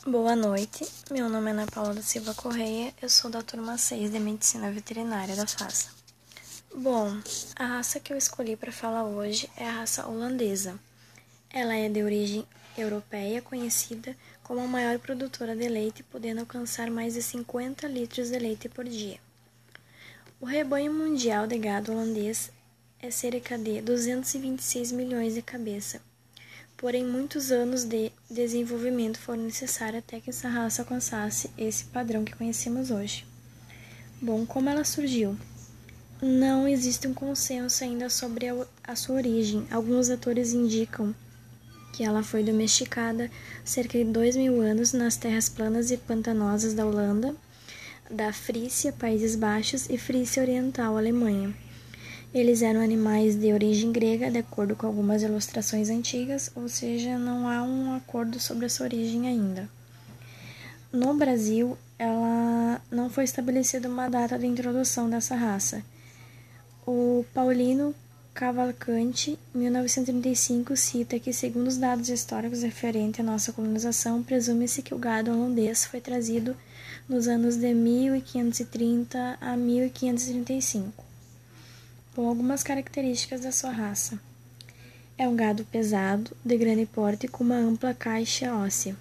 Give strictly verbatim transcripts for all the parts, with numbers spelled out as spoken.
Boa noite, meu nome é Ana Paula da Silva Correia, eu sou da turma seis de Medicina Veterinária da FASA. Bom, a raça que eu escolhi para falar hoje é a raça holandesa. Ela é de origem europeia, conhecida como a maior produtora de leite, podendo alcançar mais de cinquenta litros de leite por dia. O rebanho mundial de gado holandês é cerca de duzentos e vinte e seis milhões de cabeças. Porém, muitos anos de desenvolvimento foram necessários até que essa raça alcançasse esse padrão que conhecemos hoje. Bom, como ela surgiu? Não existe um consenso ainda sobre a sua origem. Alguns autores indicam que ela foi domesticada cerca de dois mil anos nas terras planas e pantanosas da Holanda, da Frícia, Países Baixos e Frícia Oriental, Alemanha. Eles eram animais de origem grega, de acordo com algumas ilustrações antigas, ou seja, não há um acordo sobre a sua origem ainda. No Brasil, ela não foi estabelecida uma data de introdução dessa raça. O Paulino Cavalcanti, mil novecentos e trinta e cinco, cita que, segundo os dados históricos referentes à nossa colonização, presume-se que o gado holandês foi trazido nos anos de mil quinhentos e trinta a mil quinhentos e trinta e cinco. Com algumas características da sua raça. É um gado pesado, de grande porte e com uma ampla caixa óssea.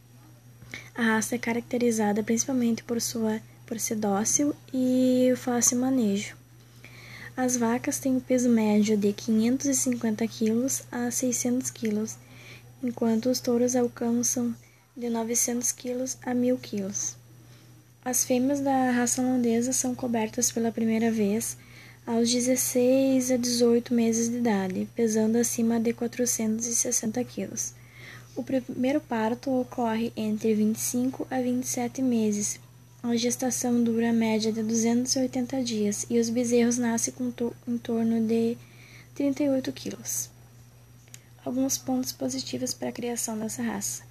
A raça é caracterizada principalmente por, sua, por ser dócil e fácil manejo. As vacas têm um peso médio de quinhentos e cinquenta quilos a seiscentos quilos, enquanto os touros alcançam de novecentos quilos a mil quilos. As fêmeas da raça holandesa são cobertas pela primeira vez aos dezesseis a dezoito meses de idade, pesando acima de quatrocentos e sessenta quilos. O primeiro parto ocorre entre vinte e cinco a vinte e sete meses. A gestação dura a média de duzentos e oitenta dias e os bezerros nascem com to- em torno de trinta e oito quilos. Alguns pontos positivos para a criação dessa raça.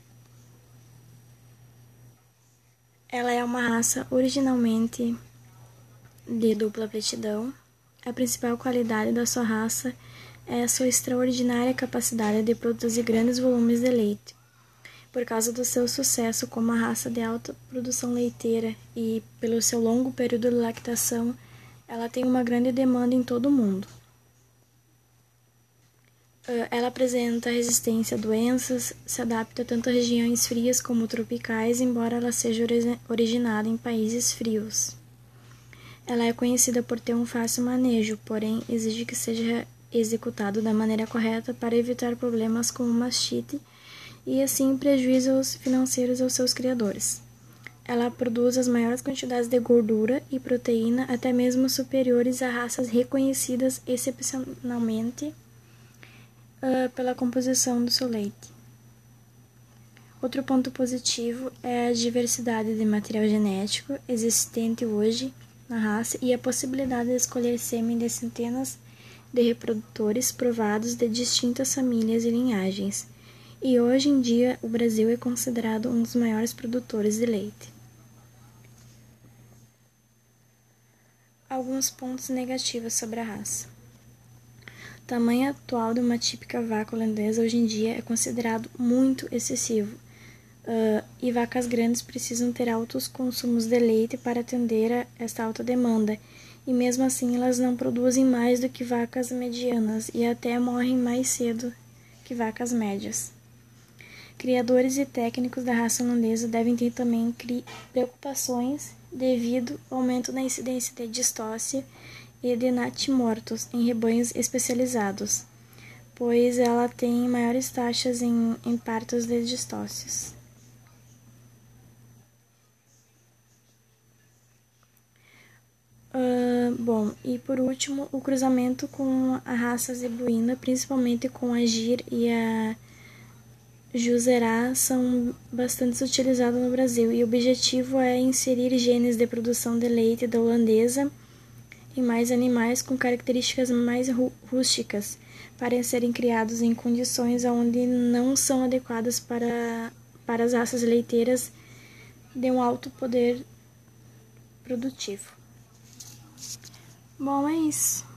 Ela é uma raça originalmente de dupla aptidão. A principal qualidade da sua raça é a sua extraordinária capacidade de produzir grandes volumes de leite. Por causa do seu sucesso como a raça de alta produção leiteira e pelo seu longo período de lactação, ela tem uma grande demanda em todo o mundo. Ela apresenta resistência a doenças, se adapta tanto a regiões frias como tropicais, embora ela seja originada em países frios. Ela é conhecida por ter um fácil manejo, porém exige que seja executado da maneira correta para evitar problemas como mastite e assim prejuízos financeiros aos seus criadores. Ela produz as maiores quantidades de gordura e proteína, até mesmo superiores a raças reconhecidas excepcionalmente uh, pela composição do seu leite. Outro ponto positivo é a diversidade de material genético existente hoje na raça e a possibilidade de escolher sêmen de centenas de reprodutores provados de distintas famílias e linhagens. E hoje em dia o Brasil é considerado um dos maiores produtores de leite. Alguns pontos negativos sobre a raça. O tamanho atual de uma típica vaca holandesa hoje em dia é considerado muito excessivo. Uh, e vacas grandes precisam ter altos consumos de leite para atender a esta alta demanda, e mesmo assim elas não produzem mais do que vacas medianas e até morrem mais cedo que vacas médias. Criadores e técnicos da raça holandesa devem ter também preocupações devido ao aumento na incidência de distócia e de natimortos em rebanhos especializados, pois ela tem maiores taxas em, em partos de distócias. Uh, bom, e por último, o cruzamento com a raça zebuína, principalmente com a Gir e a Juzerá, são bastante utilizados no Brasil, e o objetivo é inserir genes de produção de leite da holandesa em mais animais com características mais rústicas, para serem criados em condições onde não são adequadas para, para as raças leiteiras de um alto poder produtivo. Bom, é isso.